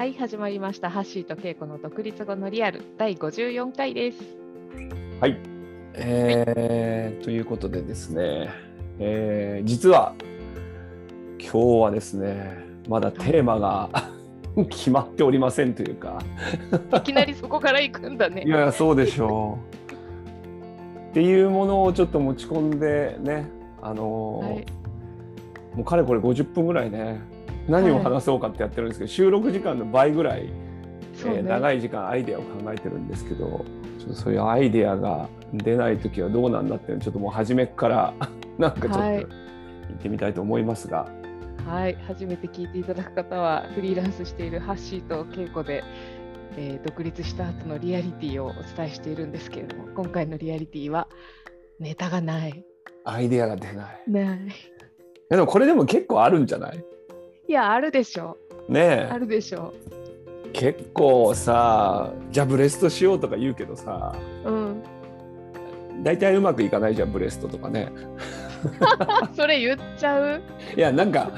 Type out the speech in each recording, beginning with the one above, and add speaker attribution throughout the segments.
Speaker 1: はい、始まりました。ハッシーとケイコの独立後のリアル第54回です。
Speaker 2: はい、ということでですね、実は今日はですね、まだテーマが決まっておりませんというか
Speaker 1: いきなりそこから行くんだね。
Speaker 2: いやそうでしょうっていうものをちょっと持ち込んでね、はい、もうかれこれ50分ぐらいね、何を話そうかってやってるんですけど、収録時間の倍ぐらい、長い時間アイデアを考えてるんですけど、ちょっとそういうアイデアが出ないときはどうなんだっていうのをちょっともう初めからなんかちょっと言ってみたいと思いますが、
Speaker 1: はい、初めて聞いていただく方はフリーランスしているハッシーとケイコで、独立した後のリアリティをお伝えしているんですけれども、今回のリアリティはネタがない、
Speaker 2: アイデアが出ない。
Speaker 1: で
Speaker 2: もこれでも結構あるんじゃない？
Speaker 1: いや、あるでしょ
Speaker 2: ねえ、
Speaker 1: あるでしょ
Speaker 2: 結構さ、じゃあブレストしようとか言うけどさ、大体うまくいかないじゃん、ブレストとかね
Speaker 1: それ言っちゃう？
Speaker 2: いや、なんか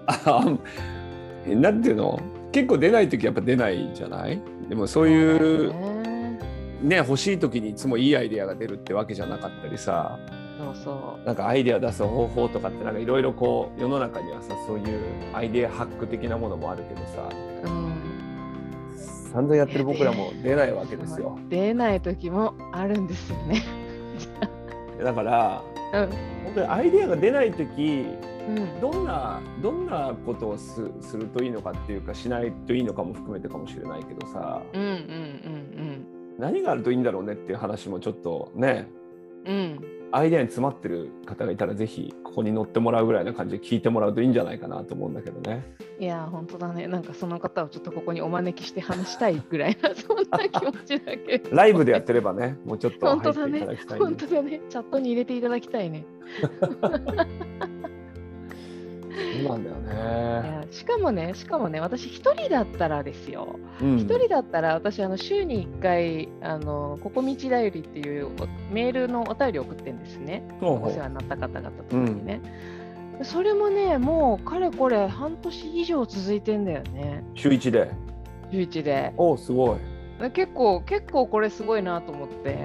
Speaker 2: なんていうの、結構出ないときやっぱ出ないじゃない？でもそういうね、欲しいときにいつもいいアイデアが出るってわけじゃなかったりさ、なんかアイデア出す方法とかってなんかいろいろこう世の中にはさ、そういうアイデアハック的なものもあるけどさ、散々やってる僕らも出ないわけですよ。
Speaker 1: 出ない時もあるんですよね
Speaker 2: だから、本当にアイデアが出ない時、どんなことをするといいのかっていうか、しないといいのかも含めてかもしれないけどさ、何があるといいんだろうねっていう話もちょっとね、アイデアに詰まってる方がいたらぜひここに乗ってもらうぐらいな感じで聞いてもらうといいんじゃないかなと思うんだけどね。
Speaker 1: いや本当だね、なんかその方をちょっとここにお招きして話したいぐらいなそんな気持ちだけど
Speaker 2: ライブでやってればね、もうちょっと入っていただきたい、
Speaker 1: 本当だね、チャットに入れていただきたいね
Speaker 2: そうなんだよね。
Speaker 1: しかもね、私一人だったらですよ、一人だったら私週に1回ここ道だよりっていうメールのお便りを送ってるんですね、お世話になった方々とかにね、それもね、もうかれこれ半年以上続いてんだよね。
Speaker 2: 週1で。お、すごい。
Speaker 1: 結構これすごいなと思って、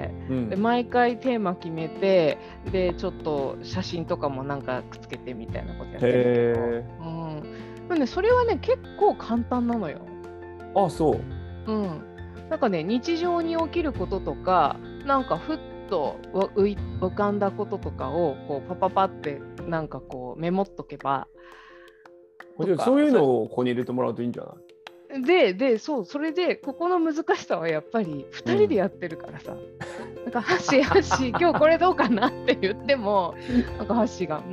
Speaker 1: で毎回テーマ決めて、でちょっと写真とかもなんかくっつけてみたいなことやってるけど、それはね結構簡単なのよ。
Speaker 2: あ、そう。
Speaker 1: なんかね、日常に起きることとか、なんかふっと浮かんだこととかをこうパパパってなんかこうメモっとけば、
Speaker 2: そういうのをここに入れてもらうといいんじゃない？
Speaker 1: それでここの難しさはやっぱり2人でやってるからさ、なんかハッシー今日これどうかなって言っても、なんかハッシーが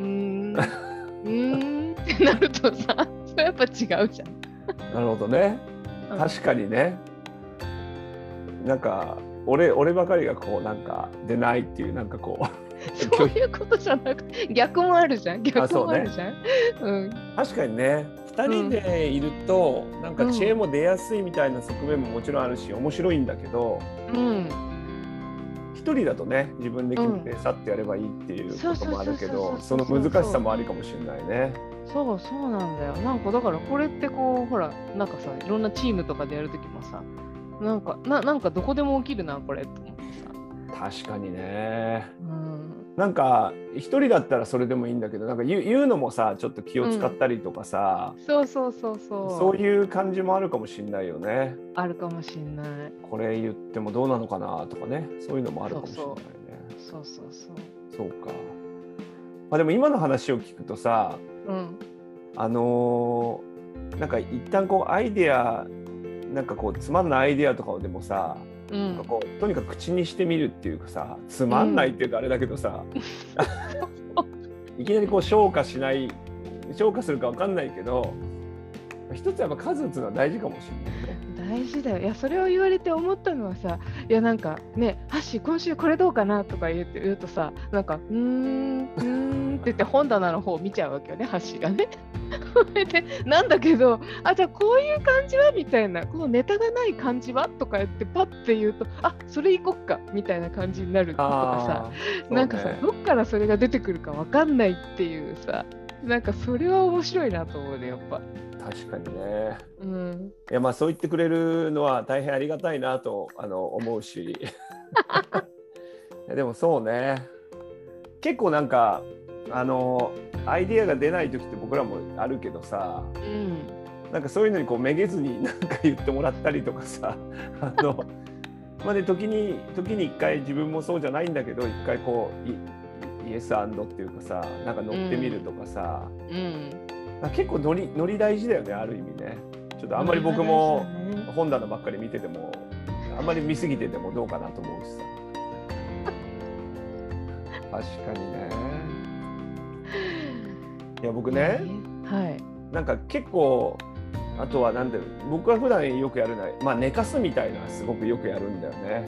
Speaker 1: ってなるとさ、それやっぱ違うじゃん。
Speaker 2: なるほどね、確かにね。なんか俺ばかりがこうなんか出ないっていう、なんかこう
Speaker 1: そういうことじゃなくて、逆もあるじゃん。確
Speaker 2: かにね、2人でいるとなんか知恵も出やすいみたいな側面ももちろんあるし、面白いんだけど、1人だとね、自分で決めてさってやればいいっていうこともあるけど、その難しさもありかもしれないね。
Speaker 1: そうなんだよ。なんかだからこれってこうほら、なんかさ、いろんなチームとかでやるときもさ、なんかどこでも起きるなこれと思って
Speaker 2: さ。確かにね。なんか一人だったらそれでもいいんだけど、なんか言うのもさ、ちょっと気を使ったりとかさ、そういう感じもあるかもしれないよね。
Speaker 1: あるかもしれない。
Speaker 2: これ言ってもどうなのかなとかね、そういうのもあるかもしれないね。そうか。まあでも今の話を聞くとさ、なんか一旦こうアイデア、なんかこうつまんないアイデアとかをでもさ、なんかこうとにかく口にしてみるっていうかさ、つまんないっていうとあれだけどさ、いきなりこう消化するか分かんないけど、一つやっぱ数打つのは大事かもしれないね。
Speaker 1: 大事だよ。いや、それを言われて思ったのはさ、いやなんかね、ハッシー今週これどうかなとか言うとさ、なんかって言って本棚の方を見ちゃうわけよね、ハッシーがね。でなんだけど、じゃあこういう感じはみたいな、このネタがない感じはとか言ってパッて言うと、それいこっかみたいな感じになるとかさ、なんかさ、どっからそれが出てくるか分かんないっていうさ、 なんかそれは面白いなと思うね、やっぱ。
Speaker 2: 確かにね。
Speaker 1: うん。
Speaker 2: いやまあそう言ってくれるのは大変ありがたいなと思うしでもそうね、結構なんかアイディアが出ない時って僕らもあるけどさ、
Speaker 1: うん。
Speaker 2: なんかそういうのにこうめげずになんか言ってもらったりとかさまあね、時に一回自分もそうじゃないんだけど一回こうイエスアンドっていうかさ、なんか乗ってみるとかさ、
Speaker 1: うん。
Speaker 2: 結構ノリ大事だよね、ある意味ね。ちょっとあんまり僕も本棚ばっかり見ててもあんまり見すぎててもどうかなと思うしさ確かにね。いや僕ね、
Speaker 1: はい、
Speaker 2: なんか結構あとはなんで僕は普段よくやるのは、まあ、寝かすみたいなのはすごくよくやるんだよね。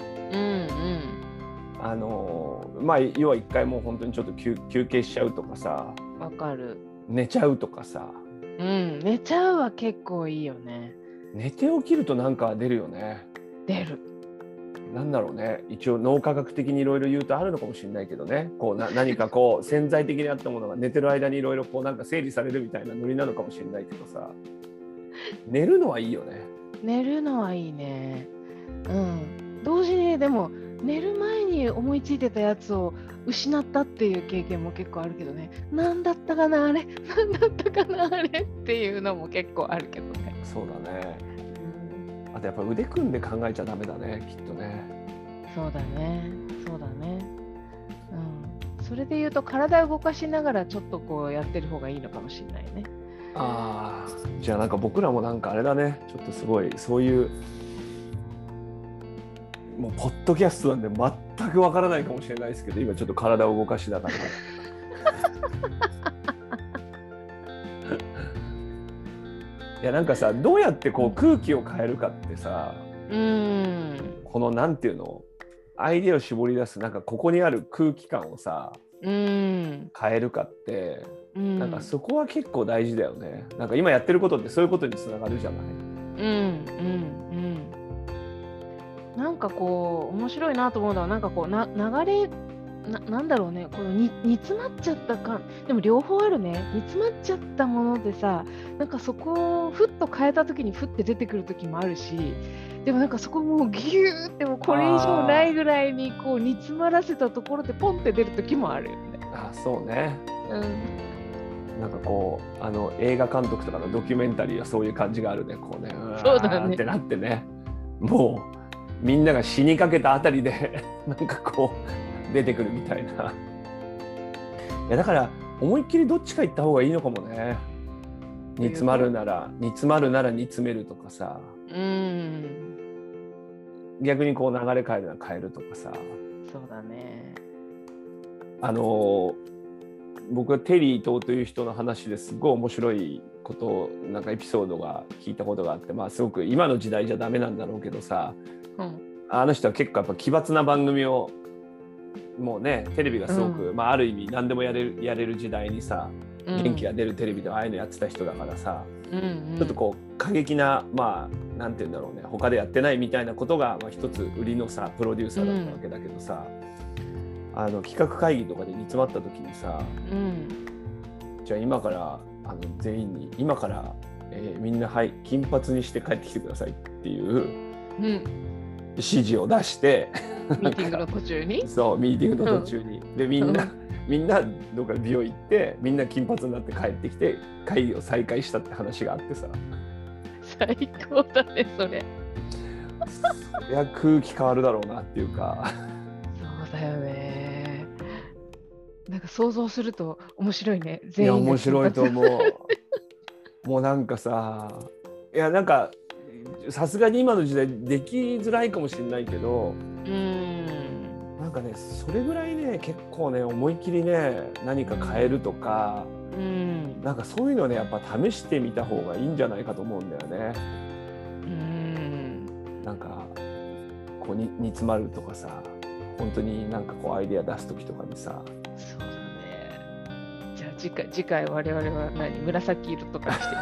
Speaker 2: まあ要は一回もう本当にちょっと休憩しちゃうとかさ。
Speaker 1: わかる。
Speaker 2: 寝ちゃうとかさ。
Speaker 1: うん、寝ちゃうは結構いいよね。
Speaker 2: 寝て起きるとなんか出るよね。
Speaker 1: 出る。
Speaker 2: なんだろうね、一応脳科学的にいろいろ言うとあるのかもしれないけどね、こう何かこう潜在的にあったものが寝てる間にいろいろこうなんか整理されるみたいなノリなのかもしれないけどさ、寝るのはいいよね。
Speaker 1: 寝るのはいいね。うん。同時にでも寝る前に思いついてたやつを失ったっていう経験も結構あるけどね。なんだったかなあれ、なんだったかなあれっていうのも結構あるけどね。
Speaker 2: そうだね。あとやっぱ腕組んで考えちゃダメだね、きっとね。
Speaker 1: そうだね。そうだね。うん。それで言うと体を動かしながらちょっとこうやってる方がいいのかもしれないね。
Speaker 2: ああ、じゃあなんか僕らもなんかあれだね、ちょっとすごいそういうもうポッドキャストなんで全くわからないかもしれないですけど、今ちょっと体を動かしながらいやなんかさ、どうやってこう空気を変えるかってさ、このなんていうの、アイデアを絞り出すなんかここにある空気感をさ、変えるかって、なんかそこは結構大事だよね。なんか今やってることってそういうことにつながるじゃない。
Speaker 1: なんかこう面白いなと思うのは、なんかこう流れなんだろうね、この煮詰まっちゃった感、でも両方あるね。煮詰まっちゃったものでさ、なんかそこをふっと変えた時にふって出てくる時もあるし、でもなんかそこもうギューってもこれ以上ないぐらいにこう煮詰まらせたところでポンって出る時もあるよね。
Speaker 2: あ、そうね。なんかこう映画監督とかのドキュメンタリーはそういう感じがあるね。こうね、
Speaker 1: そうだね
Speaker 2: ってなってね、もうみんなが死にかけたあたりでなんかこう出てくるみたいな。いやだから思いっきりどっちか行った方がいいのかもね。煮詰まるなら煮詰めるとかさ、逆にこう流れ変えるなら変えるとかさ。
Speaker 1: そうだね。
Speaker 2: 僕はテリー伊藤という人の話ですごい面白いことをなんかエピソードが聞いたことがあって、まあすごく今の時代じゃダメなんだろうけどさ、あの人は結構やっぱ奇抜な番組をもうね、テレビがすごく、まあある意味何でもやれる時代にさ、元気が出るテレビでああいうのやってた人だからさ、ちょっとこう過激な、まあなんて言うんだろうね、他でやってないみたいなことが、まあ、一つ売りのさプロデューサーだったわけだけどさ、企画会議とかで煮詰まった時にさ、じゃあ今から全員に今から、みんな金髪にして帰ってきてくださいっていう指示を出して
Speaker 1: ミーティングの途中に
Speaker 2: そうミーティングの途中に、でみんなどっか美容行ってみんな金髪になって帰ってきて会議を再開したって話があってさ、
Speaker 1: 最高だねそれ。
Speaker 2: そりゃ空気変わるだろうなっていうか
Speaker 1: そうだよね。なんか想像すると面白いね。
Speaker 2: いや面白いと思う。もうなんかさ、いやなんかさすがに今の時代できづらいかもしれないけど、なんかねそれぐらいね結構ね思い切りね何か変えるとか、なんかそういうのねやっぱ試してみた方がいいんじゃないかと思うんだよね。なんかこう煮詰まるとかさ、本当になんかこうアイデア出す時とかにさ。
Speaker 1: そうだね。じゃあ次回我々は紫色とかして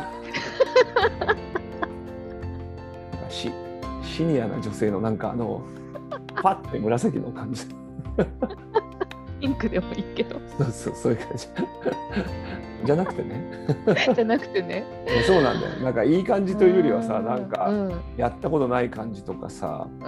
Speaker 2: みるシニアな女性のなんかパッて紫の感じ
Speaker 1: ピンクでもいいけど
Speaker 2: そういう感じじゃなくてね
Speaker 1: じゃなくてね。
Speaker 2: そうなんだよ。なんかいい感じというよりはさ、なんか
Speaker 1: うん
Speaker 2: やったことない感じとかさ、
Speaker 1: うん、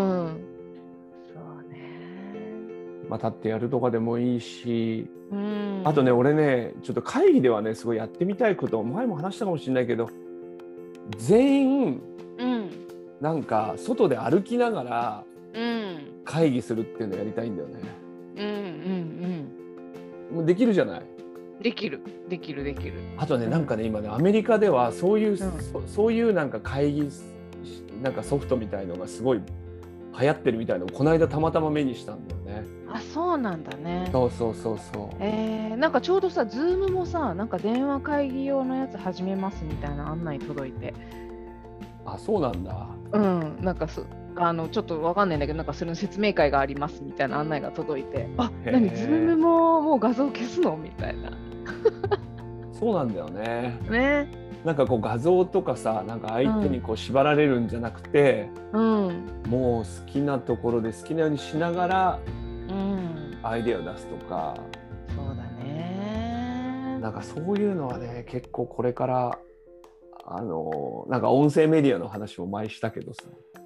Speaker 1: そうね。
Speaker 2: まあ、立ってやるとかでもいいし、
Speaker 1: うん、
Speaker 2: あとね、俺ね、ちょっと会議ではね、すごいやってみたいことを前も話したかもしれないけど、全員なんか外で歩きながら会議するっていうのをやりたいんだよね。もうできるじゃない。
Speaker 1: できる。
Speaker 2: あとね、なんかね、今ね、アメリカではそういうなんか会議なんかソフトみたいのがすごい流行ってるみたいなのをこの間たまたま目にしたんだよね。
Speaker 1: あ、そうなんだね。
Speaker 2: そう。
Speaker 1: なんかちょうどさ、ズームもさ、なんか電話会議用のやつ始めますみたいな案内届いて。
Speaker 2: あ、そうなんだ。
Speaker 1: なんかちょっとわかんないんだけど、なんかそれの説明会がありますみたいな案内が届いて、あ、何、ズームもう画像消すのみたいな。
Speaker 2: そうなんだよね。
Speaker 1: ね。
Speaker 2: なんかこう画像とかさ、なんか相手にこう縛られるんじゃなくて、もう好きなところで好きなようにしながらアイデアを出すとか。
Speaker 1: そうだね。
Speaker 2: なんかそういうのはね、結構これからなんか音声メディアの話も前したけどさ、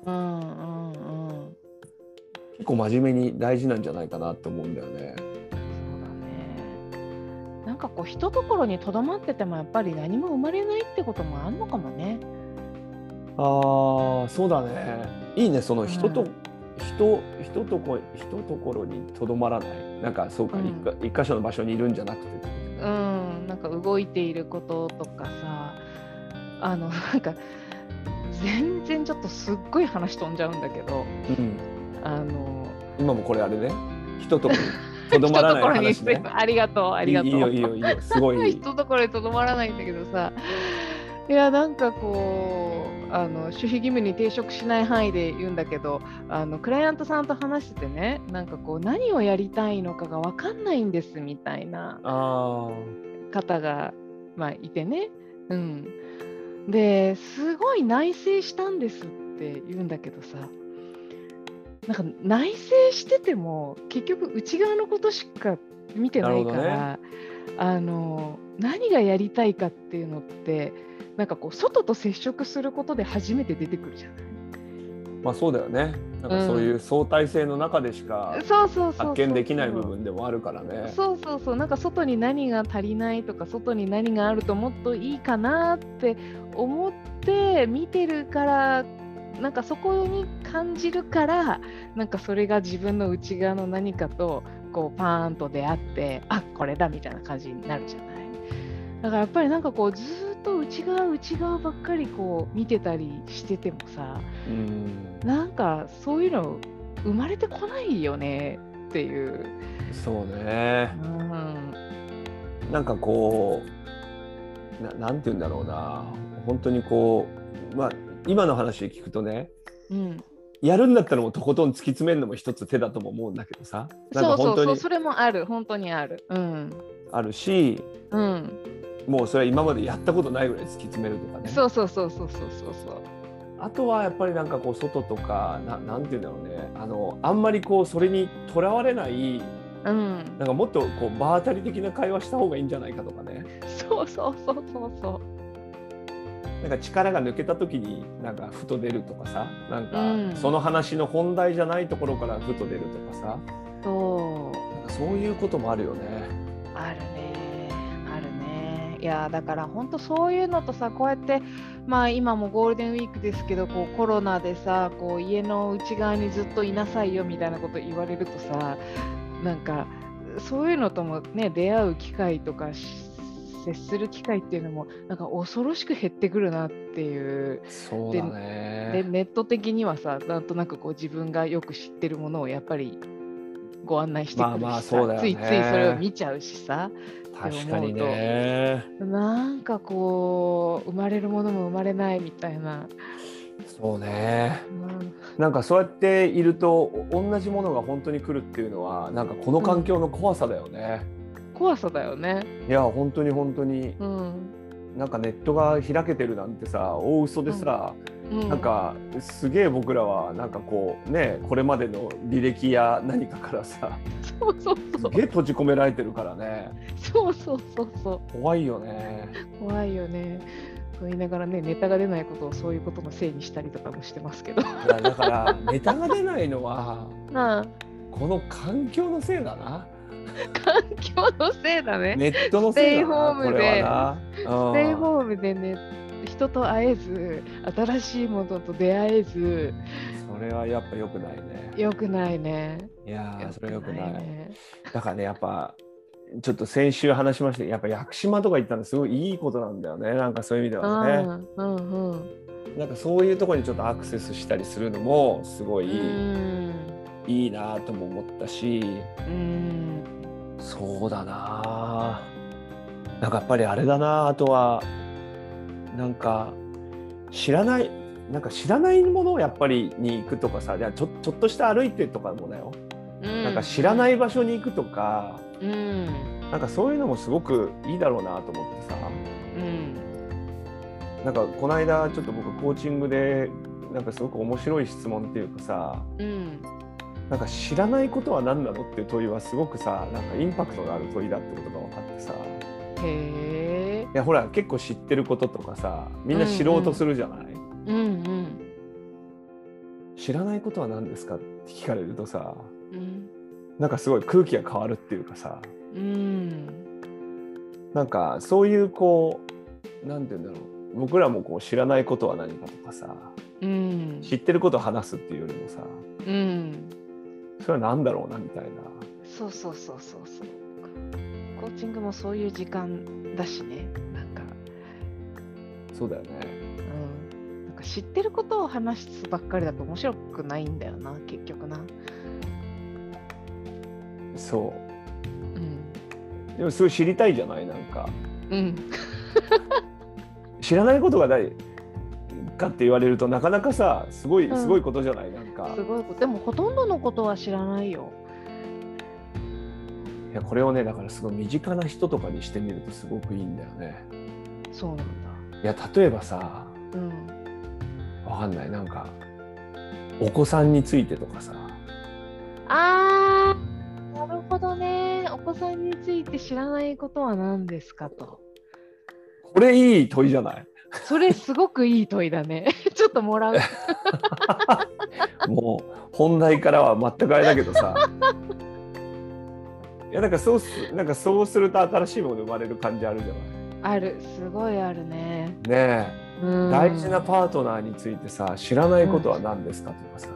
Speaker 2: 結構真面目に大事なんじゃないかなと思うんだよね。
Speaker 1: なんかこう一ところにとどまっててもやっぱり何も生まれないってこともあるのかもね。
Speaker 2: ああ、そうだね。いいね、その人ところにとどまらない。なんかそうか、一箇所の場所にいるんじゃなくて。
Speaker 1: なんか動いていることとかさ、なんか全然ちょっとすっごい話飛んじゃうんだけど、
Speaker 2: 今もこれあれね、人ととどまらない話ね。
Speaker 1: ありがとう。
Speaker 2: いいよ、すごい。
Speaker 1: 人ところにとどまらないんだけどさ、いやなんかこう守秘義務に抵触しない範囲で言うんだけど、クライアントさんと話しててね、なんかこう何をやりたいのかが分かんないんですみたいな方がいてね、ですごい内省したんですって言うんだけどさ、なんか内省してても結局内側のことしか見てないから、何がやりたいかっていうのってなんかこう外と接触することで初めて出てくるじゃない。
Speaker 2: まあそうだよね。なんかそういう相対性の中でしか発見できない部分でもあるからね。
Speaker 1: なんか外に何が足りないとか外に何があるともっといいかなって思って見てるから、なんかそこに感じるから、なんかそれが自分の内側の何かとこうパーンと出会って、あ、これだみたいな感じになるじゃない。だからやっぱりなんかこうずっと内側ばっかりこう見てたりしててもさ、なんかそういうの生まれてこないよねっていう。
Speaker 2: そうね。なんかこうなんて言うんだろうな、本当にこう今の話聞くとね、やるんだったらもうとことん突き詰めるのも一つ手だとも思うんだけどさ、なんか本当に
Speaker 1: それもある、本当にある、
Speaker 2: あるし、もうそれは今までやったことないぐらい突き詰めるとかね。あとはやっぱりなんかこう外とかなんて言うんだろうね、あんまりこうそれにとらわれない、なんかもっとこう場当たり的な会話した方がいいんじゃないかとかね。なんか力が抜けた時になんかふと出るとかさ、なんかその話の本題じゃないところからふと出るとかさ、なんかそういうこともあるよね。
Speaker 1: あるね。いやだから本当そういうのとさ、こうやって今もゴールデンウィークですけど、こうコロナでさ、こう家の内側にずっといなさいよみたいなこと言われるとさ、なんかそういうのともね出会う機会とか接する機会っていうのもなんか恐ろしく減ってくるなっていう。
Speaker 2: そうだね。
Speaker 1: でネット的にはさ、なんとなくこう自分がよく知ってるものをやっぱりご案内してくるしさ、
Speaker 2: そうだよね、
Speaker 1: ついついそれを見ちゃうしさ。
Speaker 2: 確かにね。
Speaker 1: なんかこう生まれるものも生まれないみたいな。
Speaker 2: そうね、なんかそうやっていると同じものが本当に来るっていうのはなんかこの環境の怖さだよね。
Speaker 1: 怖さだよね。
Speaker 2: いや本当に、なんかネットが開けてるなんてさ大嘘でさ、 なんかすげえ僕らはなんかこうね、これまでの履歴や何かからさ、
Speaker 1: そうそうそう。
Speaker 2: すげえ閉じ込められてるからね。
Speaker 1: そうそうそうそう。
Speaker 2: 怖いよね。
Speaker 1: 怖いよね。と言いながらね、ネタが出ないことをそういうことのせいにしたりとかもしてますけど。
Speaker 2: いやだからネタが出ないのは
Speaker 1: ああ、
Speaker 2: この環境のせいだな。
Speaker 1: 環境のせいだね。
Speaker 2: ネットのせいだな、こ
Speaker 1: ステイホームで
Speaker 2: れはな。
Speaker 1: ステイホームでね、人と会えず、新しいものと出会えず、
Speaker 2: それはやっぱ良くないね。
Speaker 1: 良くないね。
Speaker 2: いやー、それは良くない。
Speaker 1: ね。
Speaker 2: だからね、やっぱちょっと先週話しましたけど、やっぱ屋久島とか行ったのすごいいいことなんだよね。なんかそういう意味ではね。なんかそういうところにちょっとアクセスしたりするのもすごいいいなとも思ったし、そうだな。なんかやっぱりあれだな。あとはなんか知らないものをやっぱりに行くとかさ、じゃあちょっとした歩いてとかもだよ。なんか知らない場所に行くとか、なんかそういうのもすごくいいだろうなと思ってさ。なんかこの間ちょっと僕コーチングでなんかすごく面白い質問っていうかさ、なんか知らないことは何なのっていう問いはすごくさ、なんかインパクトがある問いだってことが分かってさ。
Speaker 1: へー。
Speaker 2: いやほら結構知ってることとかさ、みんな知ろうとするじゃない。知らないことは何ですかって聞かれるとさ、なんかすごい空気が変わるっていうかさ、なんかそういうこうなんて言うんだろう、僕らもこう知らないことは何かとかさ、知ってることを話すっていうよりもさ、それは何だろうなみたいな。
Speaker 1: そうそうそうそうそう。コーチングもそういう時間だしね。なんか
Speaker 2: そうだよね。
Speaker 1: なんか知ってることを話すばっかりだと面白くないんだよな、結局な。
Speaker 2: そう。でもすごい知りたいじゃない、なんか。知らないことがないかって言われるとなかなかさ、すごいことじゃない、なんか。
Speaker 1: すごいこと。でもほとんどのことは知らないよ。
Speaker 2: いやこれをね、だからすごい身近な人とかにしてみるとすごくいいんだよね。
Speaker 1: そうなんだ。
Speaker 2: いや例えばさ、わかんない、なんかお子さんについてとかさ。
Speaker 1: なるほどね。お子さんについて知らないことは何ですかと。
Speaker 2: これいい問いじゃない？
Speaker 1: それすごくいい問いだね。ちょっともらう。
Speaker 2: もう本題からは全くあれだけどさ。いやなんかそうすると新しいもの生まれる感じあるじゃない。
Speaker 1: ある、すごいあるね。
Speaker 2: ねえ、大事なパートナーについてさ、知らないことは何ですかとかさ、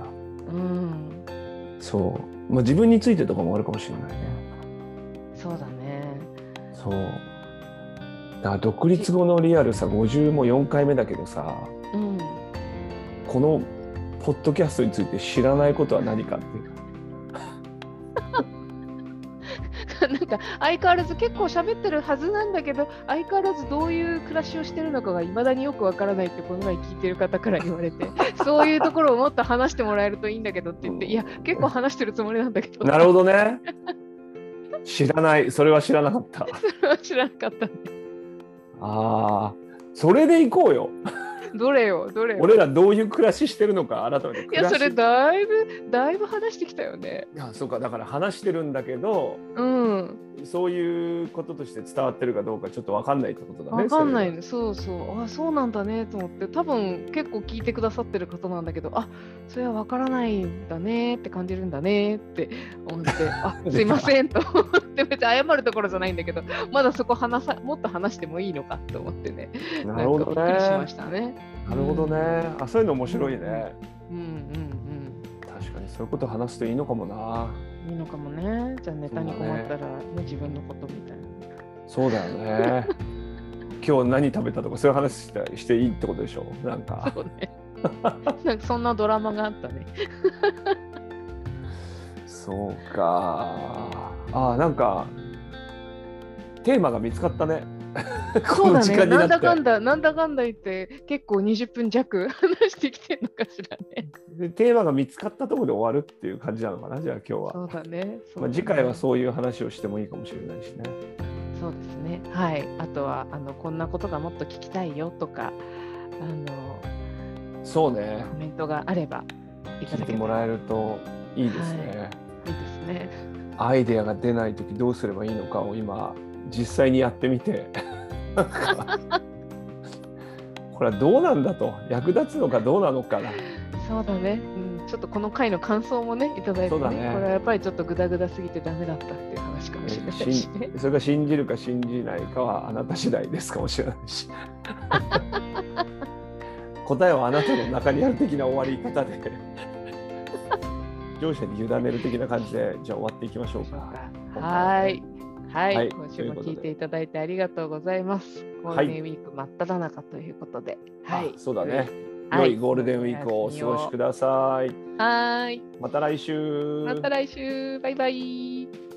Speaker 2: そう、まあ、自分についてとかもあるかもしれないね。
Speaker 1: そうだね。
Speaker 2: そう。だから独立後のリアルさ50も4回目だけどさ、このポッドキャストについて知らないことは何かっていう
Speaker 1: なんか相変わらず結構喋ってるはずなんだけど、相変わらずどういう暮らしをしてるのかがいまだによくわからないってこの前聞いてる方から言われて、そういうところをもっと話してもらえるといいんだけどって言って、いや結構話してるつもりなんだけど。
Speaker 2: なるほどね。知らない、それは知らなかった。
Speaker 1: それは知らなかったね。
Speaker 2: ああ、それでいこうよ。
Speaker 1: どれよ。
Speaker 2: 俺らどういう暮らししてるのか改めて。
Speaker 1: いやそれだいぶ話してきたよね。
Speaker 2: いやそうか、だから話してるんだけど、そういうこととして伝わってるかどうかちょっと分かんないってことだね。
Speaker 1: 分かんないね。そうそうなんだねと思って、多分結構聞いてくださってる方なんだけど、それは分からないんだねって感じるんだねって思ってすいませんと思って別に謝るところじゃないんだけど、まだそこもっと話してもいいのかと思ってね。
Speaker 2: なるほどね。
Speaker 1: びっくりしましたね。
Speaker 2: なるほどね。そういうの面白いね。確かにそういうこと話すといいのかもな。
Speaker 1: いいのかもね。じゃあネタに困ったら、自分のことみたいな。
Speaker 2: そうだよね。今日何食べたとかそういう話していいってことでしょ。なんか。
Speaker 1: そうね。なんかそんなドラマがあったね。
Speaker 2: そうか。なんかテーマが見つかったね。
Speaker 1: そうだね。なんだかんだ言って結構20分弱話してきてるのかしらね。
Speaker 2: でテーマが見つかったところで終わるっていう感じなのかな、じゃあ今日は。
Speaker 1: そうだね。
Speaker 2: 次回はそういう話をしてもいいかもしれないしね。
Speaker 1: そうですね。はい。あとはこんなことがもっと聞きたいよとか、
Speaker 2: そうね。
Speaker 1: コメントがあればいただけたら
Speaker 2: 聞いてもらえるといいですね。
Speaker 1: いいですね。
Speaker 2: アイデアが出ないときどうすればいいのかを今実際にやってみてなんかこれはどうなんだと、役立つのかどうなのかな。
Speaker 1: そうだね、ちょっとこの回の感想もねいただいて
Speaker 2: そうだ
Speaker 1: ね、
Speaker 2: ね
Speaker 1: これはやっぱりちょっとグダグダすぎてダメだったっていう話かもしれないしね。
Speaker 2: それが信じるか信じないかはあなた次第ですかもしれないし答えはあなたの中にある的な終わり方で乗車に委ねる的な感じで、じゃあ終わっていきましょうか。
Speaker 1: はい、
Speaker 2: はい
Speaker 1: 今週も聞いていただいてありがとうございます。ゴールデンウィーク真っ只中ということで、
Speaker 2: そうだね。
Speaker 1: はい、
Speaker 2: 良いゴールデンウィークをお過ごしください。
Speaker 1: はい、
Speaker 2: また来週。
Speaker 1: また来週、バイバイ。